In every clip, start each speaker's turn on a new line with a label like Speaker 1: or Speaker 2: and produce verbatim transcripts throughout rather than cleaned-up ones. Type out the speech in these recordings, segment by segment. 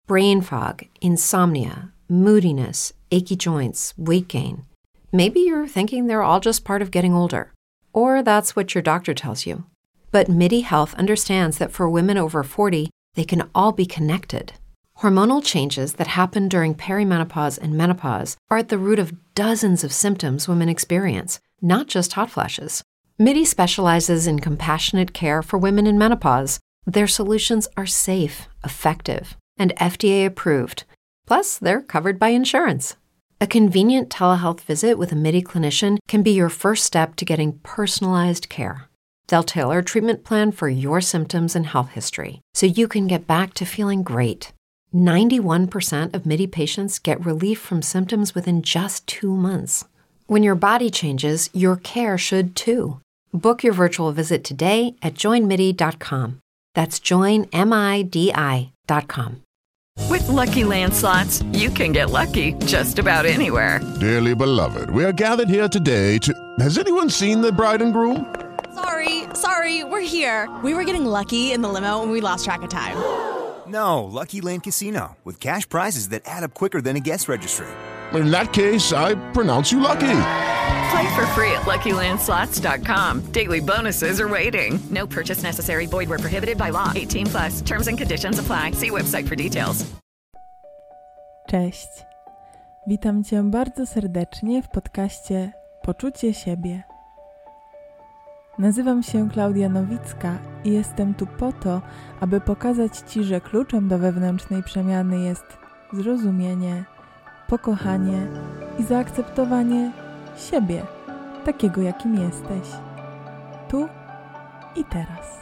Speaker 1: brain fog, insomnia, moodiness, achy joints, weight gain. Maybe you're thinking they're all just part of getting older, or that's what your doctor tells you. But MIDI Health understands that for women over forty, they can all be connected. Hormonal changes that happen during perimenopause and menopause are at the root of dozens of symptoms women experience, not just hot flashes. MIDI specializes in compassionate care for women in menopause. Their solutions are safe, effective, and F D A approved. Plus, they're covered by insurance. A convenient telehealth visit with a MIDI clinician can be your first step to getting personalized care. They'll tailor a treatment plan for your symptoms and health history so you can get back to feeling great. ninety-one percent of MIDI patients get relief from symptoms within just two months. When your body changes, your care should too. Book your virtual visit today at join midi dot com. That's join midi dot com.
Speaker 2: With Lucky Land Slots, you can get lucky just about anywhere.
Speaker 3: Dearly beloved, we are gathered here today to... Has anyone seen the bride and groom?
Speaker 4: Sorry, sorry, we're here. We were getting lucky in the limo and we lost track of time.
Speaker 5: No, Lucky Land Casino, with cash prizes that add up quicker than a guest registry.
Speaker 3: In that case, I pronounce you lucky.
Speaker 2: Play for free at lucky land slots dot com. Daily bonuses are waiting. No purchase necessary. Void where prohibited by law. eighteen plus. Terms and conditions apply. See website for details.
Speaker 6: Cześć. Witam Cię bardzo serdecznie w podcaście Poczucie siebie. Nazywam się Klaudia Nowicka i jestem tu po to, aby pokazać Ci, że kluczem do wewnętrznej przemiany jest zrozumienie, pokochanie i zaakceptowanie siebie, takiego jakim jesteś, tu i teraz.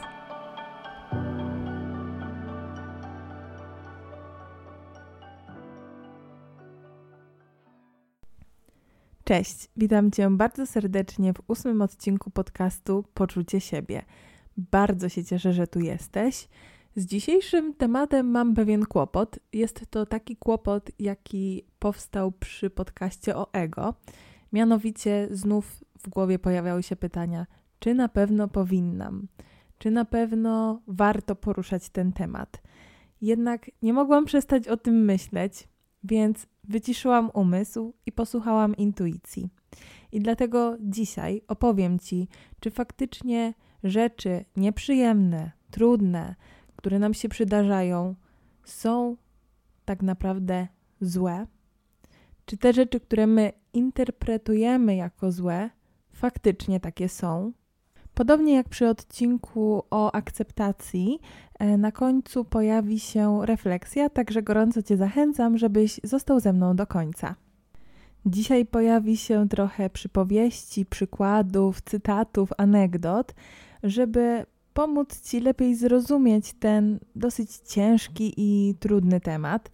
Speaker 6: Cześć, witam Cię bardzo serdecznie w ósmym odcinku podcastu Poczucie siebie. Bardzo się cieszę, że tu jesteś. Z dzisiejszym tematem mam pewien kłopot. Jest to taki kłopot, jaki powstał przy podcaście o ego. Mianowicie znów w głowie pojawiały się pytania, czy na pewno powinnam, czy na pewno warto poruszać ten temat. Jednak nie mogłam przestać o tym myśleć, więc wyciszyłam umysł i posłuchałam intuicji. I dlatego dzisiaj opowiem Ci, czy faktycznie rzeczy nieprzyjemne, trudne, które nam się przydarzają, są tak naprawdę złe? Czy te rzeczy, które my interpretujemy jako złe, faktycznie takie są? Podobnie jak przy odcinku o akceptacji, na końcu pojawi się refleksja, także gorąco Cię zachęcam, żebyś został ze mną do końca. Dzisiaj pojawi się trochę przypowieści, przykładów, cytatów, anegdot, żeby pomóc Ci lepiej zrozumieć ten dosyć ciężki i trudny temat.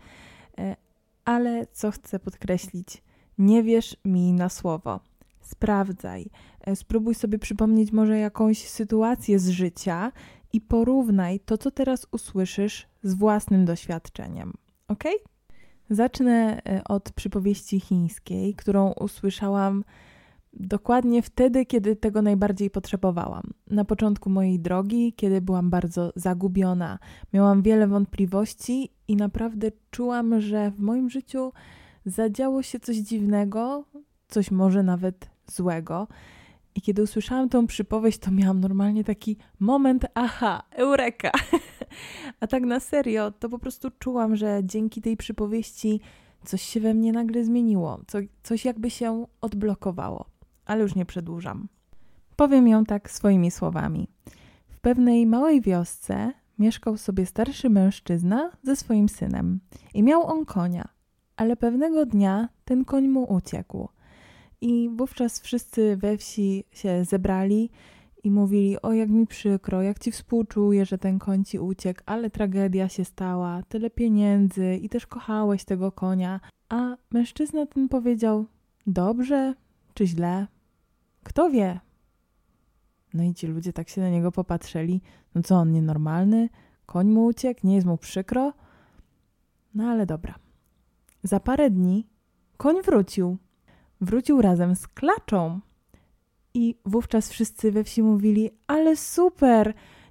Speaker 6: Ale co chcę podkreślić, nie wierz mi na słowo. Sprawdzaj, spróbuj sobie przypomnieć może jakąś sytuację z życia i porównaj to, co teraz usłyszysz, z własnym doświadczeniem. Ok? Zacznę od przypowieści chińskiej, którą usłyszałam dokładnie wtedy, kiedy tego najbardziej potrzebowałam. Na początku mojej drogi, kiedy byłam bardzo zagubiona, miałam wiele wątpliwości i naprawdę czułam, że w moim życiu zadziało się coś dziwnego, coś może nawet złego. I kiedy usłyszałam tą przypowieść, to miałam normalnie taki moment, aha, eureka. A tak na serio, to po prostu czułam, że dzięki tej przypowieści coś się we mnie nagle zmieniło, co, coś jakby się odblokowało. Ale już nie przedłużam. Powiem ją tak swoimi słowami. W pewnej małej wiosce mieszkał sobie starszy mężczyzna ze swoim synem i miał on konia, ale pewnego dnia ten koń mu uciekł. I wówczas wszyscy we wsi się zebrali i mówili, o jak mi przykro, jak Ci współczuję, że ten koń Ci uciekł, ale tragedia się stała, tyle pieniędzy i też kochałeś tego konia. A mężczyzna ten powiedział, dobrze czy źle? Kto wie? No i ci ludzie tak się na niego popatrzyli, no co on nienormalny? Koń mu uciekł, nie jest mu przykro? No ale dobra. Za parę dni koń wrócił. Wrócił razem z klaczą. I wówczas wszyscy we wsi mówili, ale super,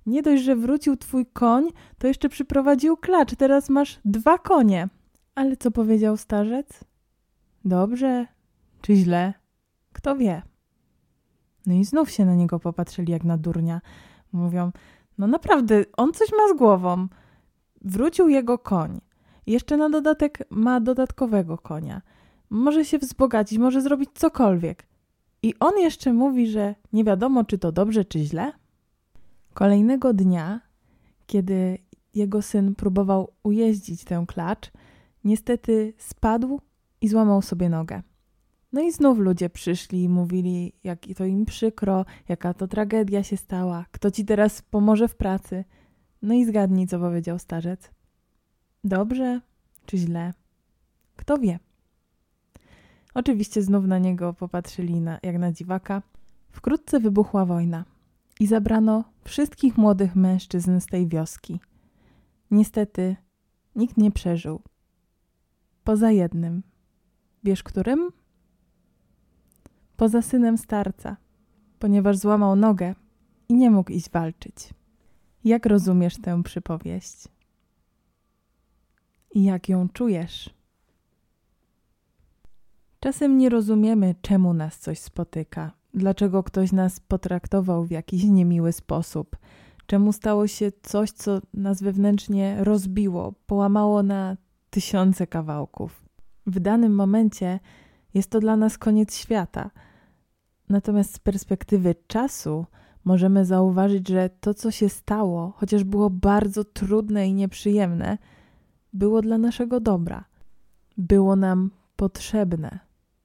Speaker 6: Nie dość, że wrócił twój koń, to jeszcze przyprowadził klacz. Teraz masz dwa konie. Ale co powiedział starzec? Dobrze czy źle? Kto wie? No i znów się na niego popatrzyli jak na durnia. Mówią, no naprawdę, on coś ma z głową. Wrócił jego koń. Jeszcze na dodatek ma dodatkowego konia. Może się wzbogacić, może zrobić cokolwiek. I on jeszcze mówi, że nie wiadomo, czy to dobrze, czy źle. Kolejnego dnia, kiedy jego syn próbował ujeździć tę klacz, niestety spadł i złamał sobie nogę. No i znów ludzie przyszli i mówili, jak to im przykro, jaka to tragedia się stała, kto ci teraz pomoże w pracy. No i zgadnij, co powiedział starzec. Dobrze czy źle? Kto wie? Oczywiście znów na niego popatrzyli na, jak na dziwaka. Wkrótce wybuchła wojna i zabrano wszystkich młodych mężczyzn z tej wioski. Niestety nikt nie przeżył. Poza jednym. Wiesz którym? Poza synem starca, ponieważ złamał nogę i nie mógł iść walczyć. Jak rozumiesz tę przypowieść? I jak ją czujesz? Czasem nie rozumiemy, czemu nas coś spotyka, dlaczego ktoś nas potraktował w jakiś niemiły sposób, czemu stało się coś, co nas wewnętrznie rozbiło, połamało na tysiące kawałków. W danym momencie jest to dla nas koniec świata. Natomiast z perspektywy czasu możemy zauważyć, że to, co się stało, chociaż było bardzo trudne i nieprzyjemne, było dla naszego dobra. Było nam potrzebne.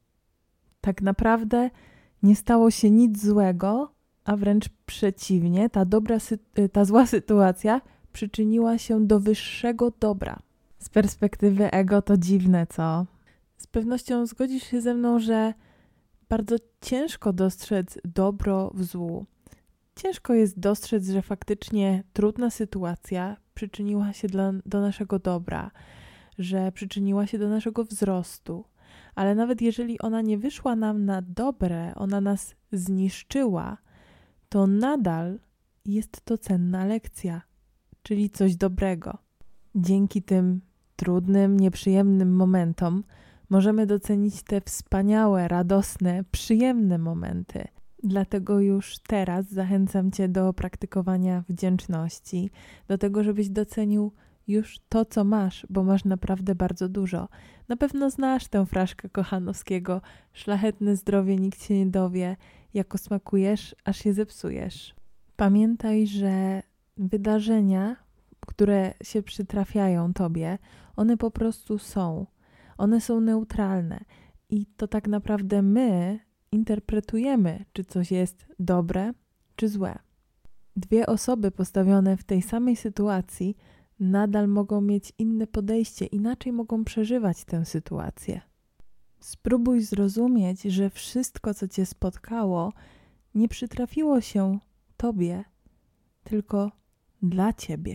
Speaker 6: Tak naprawdę nie stało się nic złego, a wręcz przeciwnie, ta, dobra, ta zła sytuacja przyczyniła się do wyższego dobra. Z perspektywy ego to dziwne, co? Z pewnością zgodzisz się ze mną, że bardzo ciężko dostrzec dobro w złu. Ciężko jest dostrzec, że faktycznie trudna sytuacja przyczyniła się dla, do naszego dobra, że przyczyniła się do naszego wzrostu. Ale nawet jeżeli ona nie wyszła nam na dobre, ona nas zniszczyła, to nadal jest to cenna lekcja, czyli coś dobrego. Dzięki tym trudnym, nieprzyjemnym momentom możemy docenić te wspaniałe, radosne, przyjemne momenty. Dlatego już teraz zachęcam Cię do praktykowania wdzięczności, do tego, żebyś docenił już to, co masz, bo masz naprawdę bardzo dużo. Na pewno znasz tę fraszkę Kochanowskiego: szlachetne zdrowie nikt się nie dowie, jako smakujesz, aż się zepsujesz. Pamiętaj, że wydarzenia, które się przytrafiają Tobie, one po prostu są. One są neutralne i to tak naprawdę my interpretujemy, czy coś jest dobre, czy złe. Dwie osoby postawione w tej samej sytuacji nadal mogą mieć inne podejście, inaczej mogą przeżywać tę sytuację. Spróbuj zrozumieć, że wszystko, co Cię spotkało, nie przytrafiło się Tobie, tylko dla Ciebie.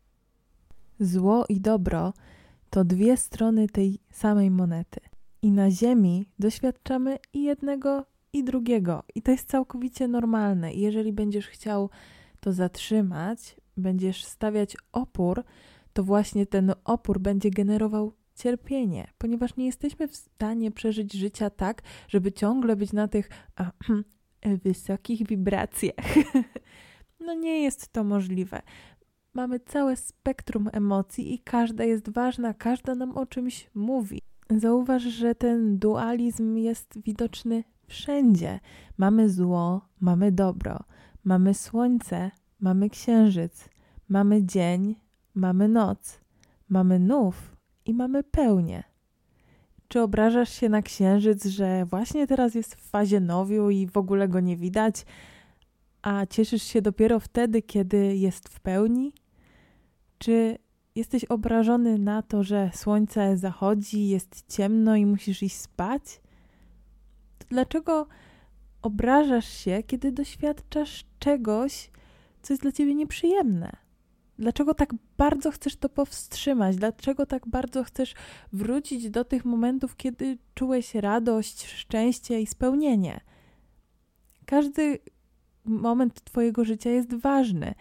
Speaker 6: Zło i dobro to dwie strony tej samej monety. I na ziemi doświadczamy i jednego, i drugiego. I to jest całkowicie normalne. I jeżeli będziesz chciał to zatrzymać, będziesz stawiać opór, to właśnie ten opór będzie generował cierpienie, ponieważ nie jesteśmy w stanie przeżyć życia tak, żeby ciągle być na tych a, wysokich wibracjach. No nie jest to możliwe. Mamy całe spektrum emocji i każda jest ważna, każda nam o czymś mówi. Zauważ, że ten dualizm jest widoczny wszędzie. Mamy zło, mamy dobro, mamy słońce, mamy księżyc, mamy dzień, mamy noc, mamy nów i mamy pełnię. Czy obrażasz się na księżyc, że właśnie teraz jest w fazie nowiu i w ogóle go nie widać, a cieszysz się dopiero wtedy, kiedy jest w pełni? Czy jesteś obrażony na to, że słońce zachodzi, jest ciemno i musisz iść spać? To dlaczego obrażasz się, kiedy doświadczasz czegoś, co jest dla ciebie nieprzyjemne? Dlaczego tak bardzo chcesz to powstrzymać? Dlaczego tak bardzo chcesz wrócić do tych momentów, kiedy czułeś radość, szczęście i spełnienie? Każdy moment twojego życia jest ważny.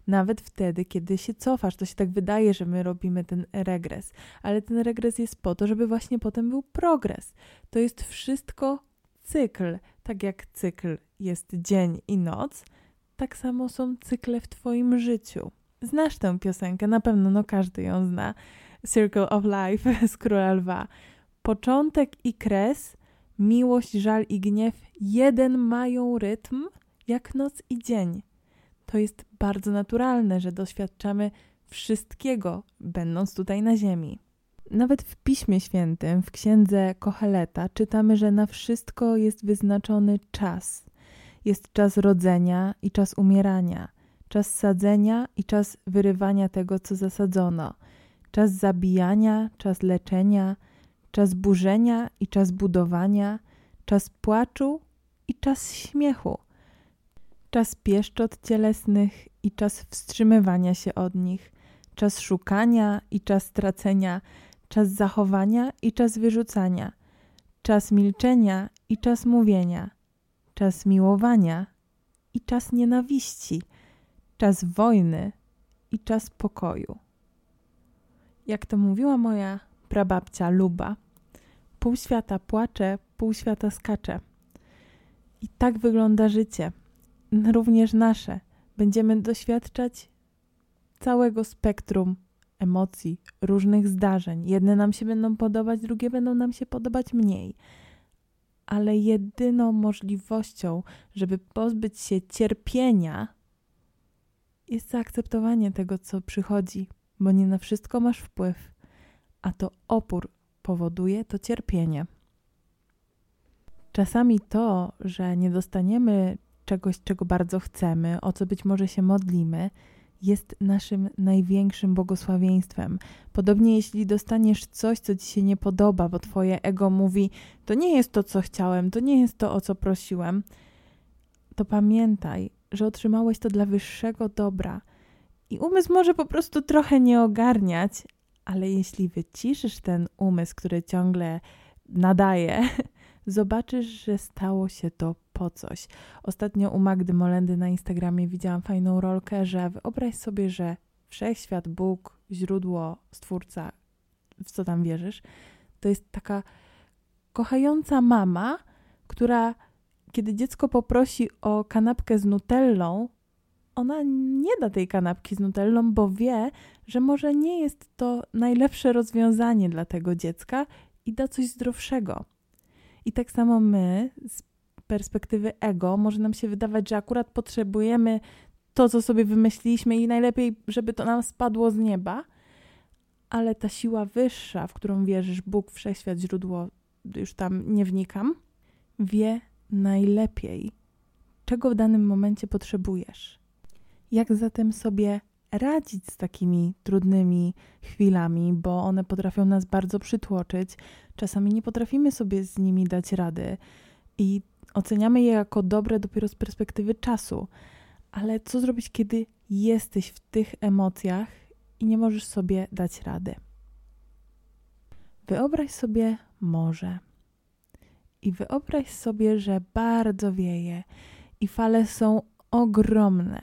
Speaker 6: Nawet wtedy, kiedy się cofasz, to się tak wydaje, że my robimy ten regres. Ale ten regres jest po to, żeby właśnie potem był progres. To jest wszystko cykl. Tak jak cykl jest dzień i noc, tak samo są cykle w twoim życiu. Znasz tę piosenkę, na pewno, no każdy ją zna. Circle of Life z Króla Lwa. Początek i kres, miłość, żal i gniew, jeden mają rytm, jak noc i dzień. To jest bardzo naturalne, że doświadczamy wszystkiego, będąc tutaj na ziemi. Nawet w Piśmie Świętym, w księdze Koheleta, czytamy, że na wszystko jest wyznaczony czas. Jest czas rodzenia i czas umierania, czas sadzenia i czas wyrywania tego, co zasadzono, czas zabijania, czas leczenia, czas burzenia i czas budowania, czas płaczu i czas śmiechu, czas pieszczot cielesnych i czas wstrzymywania się od nich, czas szukania i czas tracenia, czas zachowania i czas wyrzucania, czas milczenia i czas mówienia, czas miłowania i czas nienawiści, czas wojny i czas pokoju. Jak to mówiła moja prababcia Luba, pół świata płacze, pół świata skacze. I tak wygląda życie, również nasze. Będziemy doświadczać całego spektrum emocji, różnych zdarzeń. Jedne nam się będą podobać, drugie będą nam się podobać mniej. Ale jedyną możliwością, żeby pozbyć się cierpienia, jest zaakceptowanie tego, co przychodzi, bo nie na wszystko masz wpływ, a to opór powoduje to cierpienie. Czasami to, że nie dostaniemy czegoś, czego bardzo chcemy, o co być może się modlimy, jest naszym największym błogosławieństwem. Podobnie jeśli dostaniesz coś, co ci się nie podoba, bo twoje ego mówi, to nie jest to, co chciałem, to nie jest to, o co prosiłem, to pamiętaj, że otrzymałeś to dla wyższego dobra. I umysł może po prostu trochę nie ogarniać, ale jeśli wyciszysz ten umysł, który ciągle nadaje, zobaczysz, że stało się to po coś. Ostatnio u Magdy Molendy na Instagramie widziałam fajną rolkę, że wyobraź sobie, że wszechświat, Bóg, źródło, Stwórca, w co tam wierzysz, to jest taka kochająca mama, która kiedy dziecko poprosi o kanapkę z nutellą, ona nie da tej kanapki z nutellą, bo wie, że może nie jest to najlepsze rozwiązanie dla tego dziecka i da coś zdrowszego. I tak samo my, z perspektywy ego, może nam się wydawać, że akurat potrzebujemy to, co sobie wymyśliliśmy i najlepiej, żeby to nam spadło z nieba, ale ta siła wyższa, w którą wierzysz, Bóg, Wszechświat, źródło, już tam nie wnikam, wie najlepiej, czego w danym momencie potrzebujesz. Jak zatem sobie radzić z takimi trudnymi chwilami, bo one potrafią nas bardzo przytłoczyć. Czasami nie potrafimy sobie z nimi dać rady i oceniamy je jako dobre dopiero z perspektywy czasu. Ale co zrobić, kiedy jesteś w tych emocjach i nie możesz sobie dać rady? Wyobraź sobie morze i wyobraź sobie, że bardzo wieje i fale są ogromne.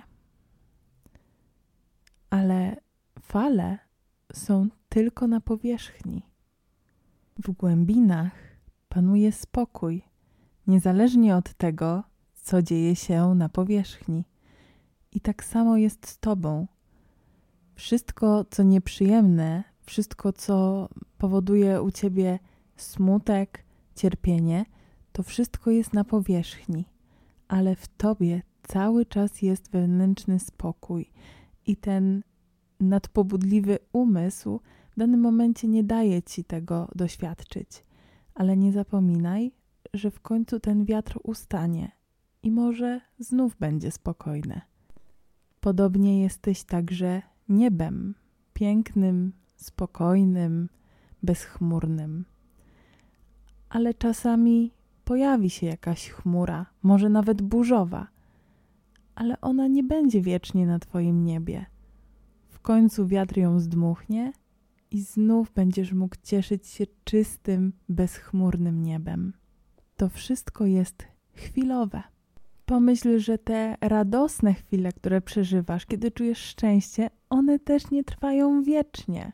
Speaker 6: Ale fale są tylko na powierzchni. W głębinach panuje spokój, niezależnie od tego, co dzieje się na powierzchni. I tak samo jest z tobą. Wszystko, co nieprzyjemne, wszystko, co powoduje u ciebie smutek, cierpienie, to wszystko jest na powierzchni. Ale w tobie cały czas jest wewnętrzny spokój. I ten nadpobudliwy umysł w danym momencie nie daje ci tego doświadczyć. Ale nie zapominaj, że w końcu ten wiatr ustanie i może znów będzie spokojne. Podobnie jesteś także niebem, pięknym, spokojnym, bezchmurnym. Ale czasami pojawi się jakaś chmura, może nawet burzowa, ale ona nie będzie wiecznie na twoim niebie. W końcu wiatr ją zdmuchnie i znów będziesz mógł cieszyć się czystym, bezchmurnym niebem. To wszystko jest chwilowe. Pomyśl, że te radosne chwile, które przeżywasz, kiedy czujesz szczęście, one też nie trwają wiecznie.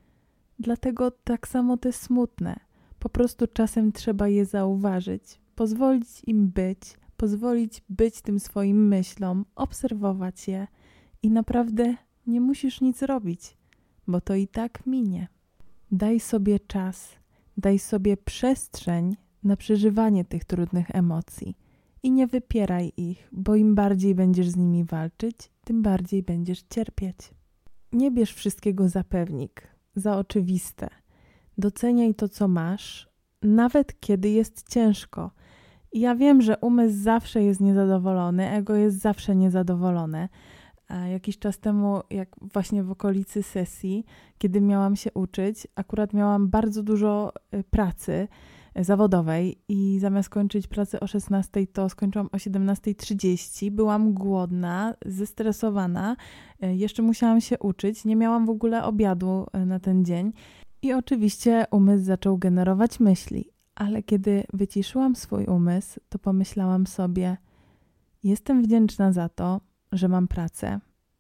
Speaker 6: Dlatego tak samo te smutne. Po prostu czasem trzeba je zauważyć, pozwolić im być, pozwolić być tym swoim myślom, obserwować je i naprawdę nie musisz nic robić, bo to i tak minie. Daj sobie czas, daj sobie przestrzeń na przeżywanie tych trudnych emocji i nie wypieraj ich, bo im bardziej będziesz z nimi walczyć, tym bardziej będziesz cierpieć. Nie bierz wszystkiego za pewnik, za oczywiste. Doceniaj to, co masz, nawet kiedy jest ciężko. I ja wiem, że umysł zawsze jest niezadowolony, ego jest zawsze niezadowolone. A jakiś czas temu, jak właśnie w okolicy sesji, kiedy miałam się uczyć, akurat miałam bardzo dużo pracy zawodowej i zamiast kończyć pracę o szesnastej, to skończyłam o siedemnasta trzydzieści. Byłam głodna, zestresowana, jeszcze musiałam się uczyć, nie miałam w ogóle obiadu na ten dzień i oczywiście umysł zaczął generować myśli. Ale kiedy wyciszyłam swój umysł, to pomyślałam sobie, jestem wdzięczna za to, że mam pracę,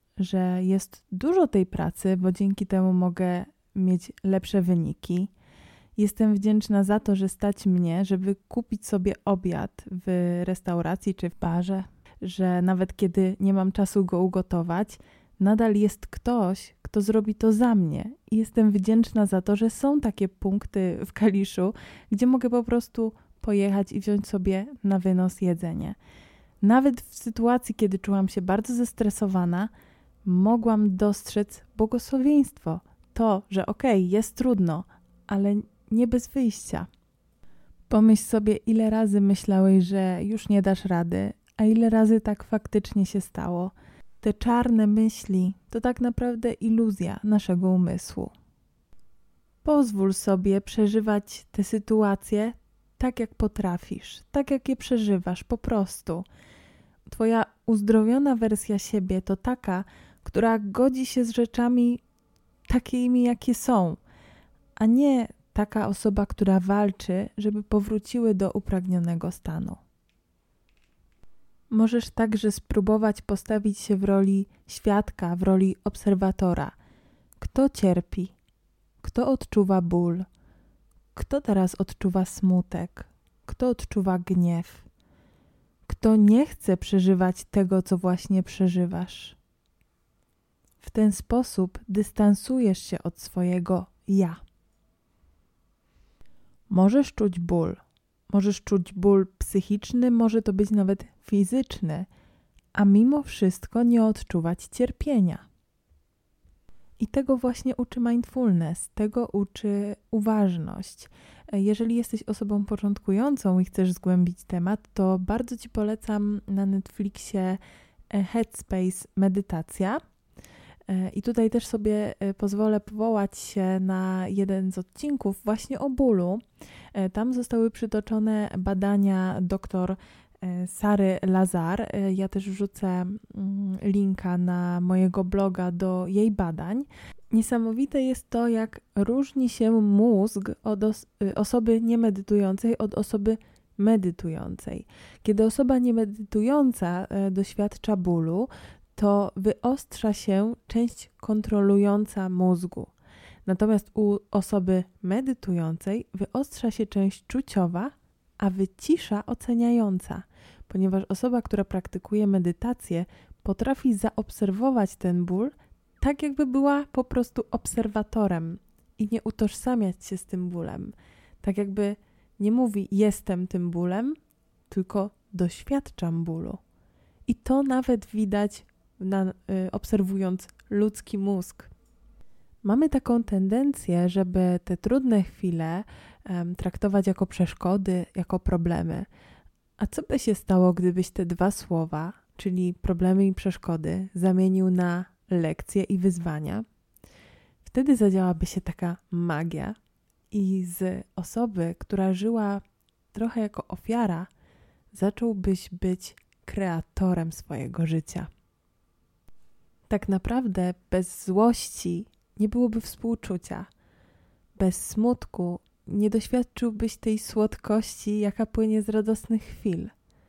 Speaker 6: że jest dużo tej pracy, bo dzięki temu mogę mieć lepsze wyniki. Jestem wdzięczna za to, że stać mnie, żeby kupić sobie obiad w restauracji czy w barze, że nawet kiedy nie mam czasu go ugotować, nadal jest ktoś, kto zrobi to za mnie. I jestem wdzięczna za to, że są takie punkty w Kaliszu, gdzie mogę po prostu pojechać i wziąć sobie na wynos jedzenie. Nawet w sytuacji, kiedy czułam się bardzo zestresowana, mogłam dostrzec błogosławieństwo. To, że okej, okay, jest trudno, ale nie bez wyjścia. Pomyśl sobie, ile razy myślałeś, że już nie dasz rady, a ile razy tak faktycznie się stało. Te czarne myśli to tak naprawdę iluzja naszego umysłu. Pozwól sobie przeżywać te sytuacje tak, jak potrafisz, tak, jak je przeżywasz, po prostu. Twoja uzdrowiona wersja siebie to taka, która godzi się z rzeczami takimi, jakie są, a nie taka osoba, która walczy, żeby powróciły do upragnionego stanu. Możesz także spróbować postawić się w roli świadka, w roli obserwatora. Kto cierpi? Kto odczuwa ból? Kto teraz odczuwa smutek? Kto odczuwa gniew? Kto nie chce przeżywać tego, co właśnie przeżywasz? W ten sposób dystansujesz się od swojego ja. Możesz czuć ból. Możesz czuć ból psychiczny, może to być nawet fizyczny, a mimo wszystko nie odczuwać cierpienia. I tego właśnie uczy mindfulness, tego uczy uważność. Jeżeli jesteś osobą początkującą i chcesz zgłębić temat, to bardzo Ci polecam na Netflixie Headspace Medytacja. I tutaj też sobie pozwolę powołać się na jeden z odcinków właśnie o bólu. Tam zostały przytoczone badania dr Sary Lazar. Ja też wrzucę linka na mojego bloga do jej badań. Niesamowite jest to, jak różni się mózg od os- osoby niemedytującej od osoby medytującej. Kiedy osoba niemedytująca doświadcza bólu, to wyostrza się część kontrolująca mózgu. Natomiast u osoby medytującej wyostrza się część czuciowa, a wycisza oceniająca, ponieważ osoba, która praktykuje medytację, potrafi zaobserwować ten ból tak, jakby była po prostu obserwatorem i nie utożsamiać się z tym bólem. Tak jakby nie mówi jestem tym bólem, tylko doświadczam bólu. I to nawet widać Na, y, obserwując ludzki mózg. Mamy taką tendencję, żeby te trudne chwile um, traktować jako przeszkody, jako problemy. A co by się stało, gdybyś te dwa słowa, czyli problemy i przeszkody, zamienił na lekcje i wyzwania? Wtedy zadziałaby się taka magia i z osoby, która żyła trochę jako ofiara, zacząłbyś być kreatorem swojego życia. Tak naprawdę bez złości nie byłoby współczucia. Bez smutku nie doświadczyłbyś tej słodkości, jaka płynie z radosnych chwil.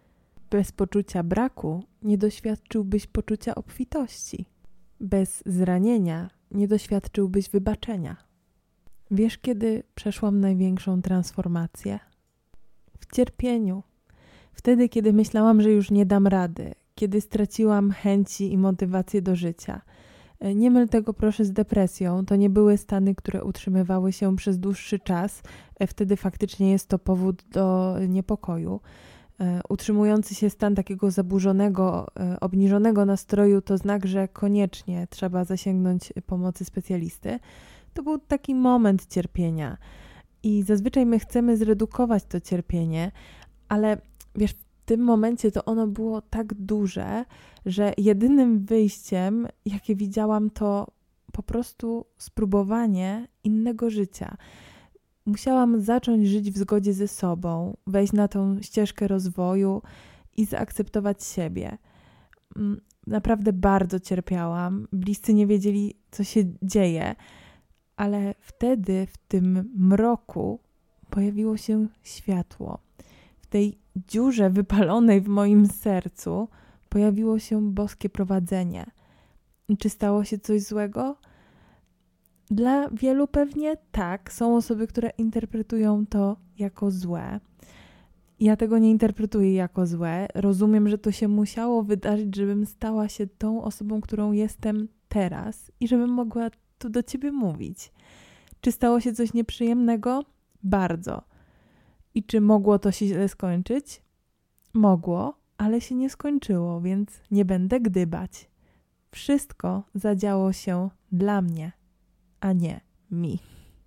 Speaker 6: Bez poczucia braku nie doświadczyłbyś poczucia obfitości. Bez zranienia nie doświadczyłbyś wybaczenia. Wiesz, kiedy przeszłam największą transformację? W cierpieniu. Wtedy, kiedy myślałam, że już nie dam rady. Kiedy straciłam chęci i motywację do życia. Nie myl tego proszę z depresją. To nie były stany, które utrzymywały się przez dłuższy czas. Wtedy faktycznie jest to powód do niepokoju. Utrzymujący się stan takiego zaburzonego, obniżonego nastroju to znak, że koniecznie trzeba zasięgnąć pomocy specjalisty. To był taki moment cierpienia i zazwyczaj my chcemy zredukować to cierpienie, ale wiesz, w tym momencie to ono było tak duże, że jedynym wyjściem, jakie widziałam, to po prostu spróbowanie innego życia. Musiałam zacząć żyć w zgodzie ze sobą, wejść na tą ścieżkę rozwoju i zaakceptować siebie. Naprawdę bardzo cierpiałam, bliscy nie wiedzieli, co się dzieje, ale wtedy w tym mroku pojawiło się światło. W tej dziurze wypalonej w moim sercu pojawiło się boskie prowadzenie. Czy stało się coś złego? Dla wielu pewnie tak. Są osoby, które interpretują to jako złe. Ja tego nie interpretuję jako złe. Rozumiem, że to się musiało wydarzyć, żebym stała się tą osobą, którą jestem teraz i żebym mogła tu do ciebie mówić. Czy stało się coś nieprzyjemnego? Bardzo. I czy mogło to się źle skończyć? Mogło, ale się nie skończyło, więc nie będę gdybać. Wszystko zadziało się dla mnie, a nie mi.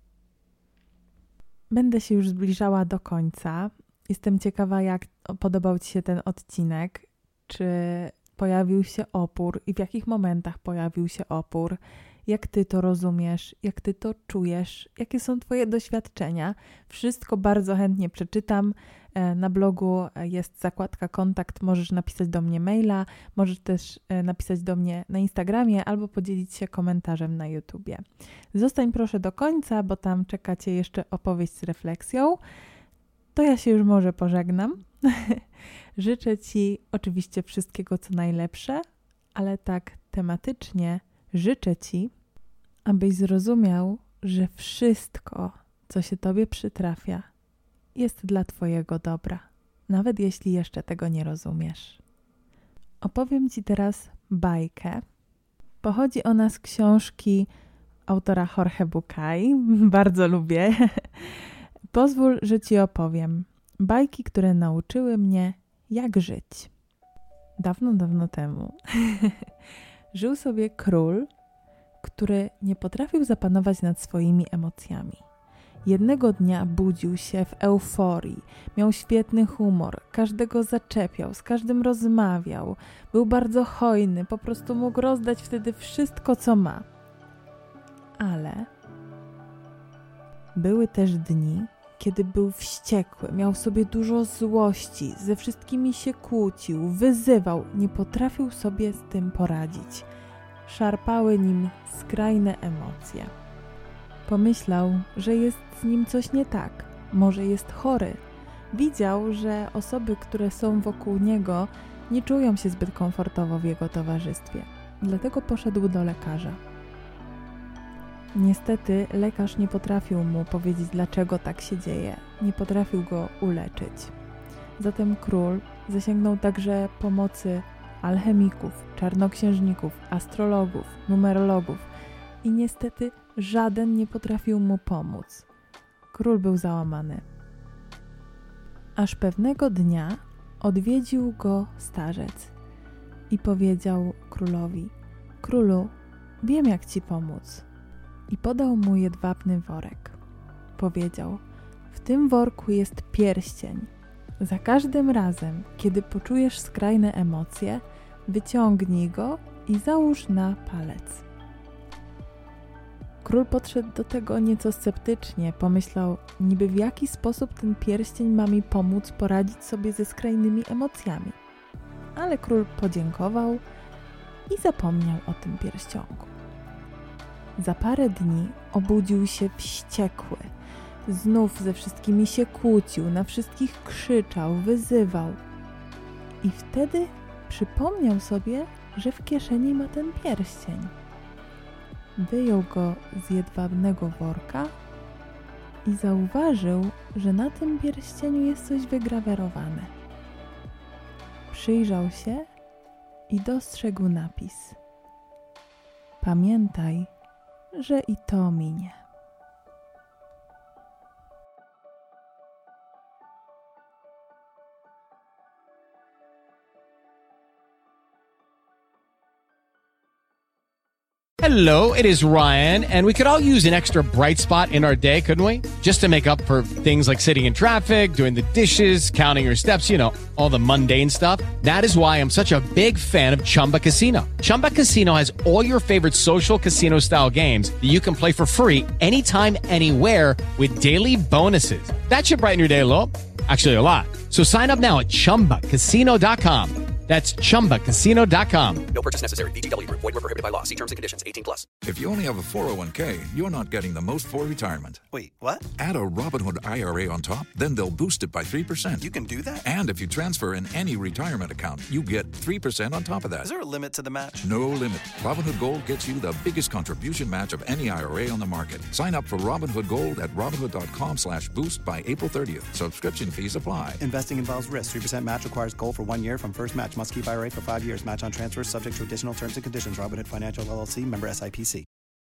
Speaker 6: Będę się już zbliżała do końca. Jestem ciekawa, jak podobał ci się ten odcinek. Czy pojawił się opór i w jakich momentach pojawił się opór? Jak ty to rozumiesz? Jak ty to czujesz? Jakie są twoje doświadczenia? Wszystko bardzo chętnie przeczytam. Na blogu jest zakładka kontakt. Możesz napisać do mnie maila, możesz też napisać do mnie na Instagramie albo podzielić się komentarzem na YouTubie. Zostań proszę do końca, bo tam czeka cię jeszcze opowieść z refleksją. To ja się już może pożegnam. Życzę ci oczywiście wszystkiego, co najlepsze, ale tak tematycznie życzę ci, abyś zrozumiał, że wszystko, co się tobie przytrafia, jest dla twojego dobra, nawet jeśli jeszcze tego nie rozumiesz. Opowiem ci teraz bajkę. Pochodzi ona z książki autora Jorge Bucay. Bardzo lubię. Pozwól, że ci opowiem. Bajki, które nauczyły mnie, jak żyć. Dawno, dawno temu żył sobie król, który nie potrafił zapanować nad swoimi emocjami. Jednego dnia budził się w euforii, miał świetny humor, każdego zaczepiał, z każdym rozmawiał, był bardzo hojny, po prostu mógł rozdać wtedy wszystko, co ma. Ale były też dni, kiedy był wściekły, miał w sobie dużo złości, ze wszystkimi się kłócił, wyzywał, nie potrafił sobie z tym poradzić. Szarpały nim skrajne emocje. Pomyślał, że jest z nim coś nie tak, może jest chory. Widział, że osoby, które są wokół niego, nie czują się zbyt komfortowo w jego towarzystwie. Dlatego poszedł do lekarza. Niestety lekarz nie potrafił mu powiedzieć, dlaczego tak się dzieje. Nie potrafił go uleczyć. Zatem król zasięgnął także pomocy alchemików, czarnoksiężników, astrologów, numerologów i niestety żaden nie potrafił mu pomóc. Król był załamany. Aż pewnego dnia odwiedził go starzec i powiedział królowi: królu, wiem, jak ci pomóc. I podał mu jedwabny worek. Powiedział: w tym worku jest pierścień. Za każdym razem, kiedy poczujesz skrajne emocje, wyciągnij go i załóż na palec. Król podszedł do tego nieco sceptycznie. Pomyślał, niby w jaki sposób ten pierścień ma mi pomóc poradzić sobie ze skrajnymi emocjami. Ale król podziękował i zapomniał o tym pierścionku. Za parę dni obudził się wściekły. Znów ze wszystkimi się kłócił, na wszystkich krzyczał, wyzywał. I wtedy przypomniał sobie, że w kieszeni ma ten pierścień. Wyjął go z jedwabnego worka i zauważył, że na tym pierścieniu jest coś wygrawerowane. Przyjrzał się i dostrzegł napis: pamiętaj, że i to minie.
Speaker 7: Hello, it is Ryan, and we could all use an extra bright spot in our day, couldn't we? Just to make up for things like sitting in traffic, doing the dishes, counting your steps, you know, all the mundane stuff. That is why I'm such a big fan of Chumba Casino. Chumba Casino has all your favorite social casino-style games that you can play for free anytime, anywhere with daily bonuses. That should brighten your day a little. Actually, a lot. So sign up now at chumba casino dot com. That's chumba casino dot com.
Speaker 8: No purchase necessary. V G W Group. Void where prohibited by law. See terms and conditions. eighteen plus.
Speaker 9: If you only have a four oh one k, you're not getting the most for retirement.
Speaker 5: Wait, what?
Speaker 9: Add a Robinhood I R A on top, then they'll boost it by three percent.
Speaker 5: You can do that?
Speaker 9: And if you transfer in any retirement account, you get three percent on top of that.
Speaker 5: Is there a limit to the match?
Speaker 9: No limit. Robinhood Gold gets you the biggest contribution match of any I R A on the market. Sign up for Robinhood Gold at Robinhood.com slash boost by April thirtieth. Subscription fees apply.
Speaker 5: Investing involves risk. three percent match requires gold for one year from first match. Must keep I R A for five years. Match on transfers subject to additional terms and conditions. Robinhood Financial L L C. Member S I P C.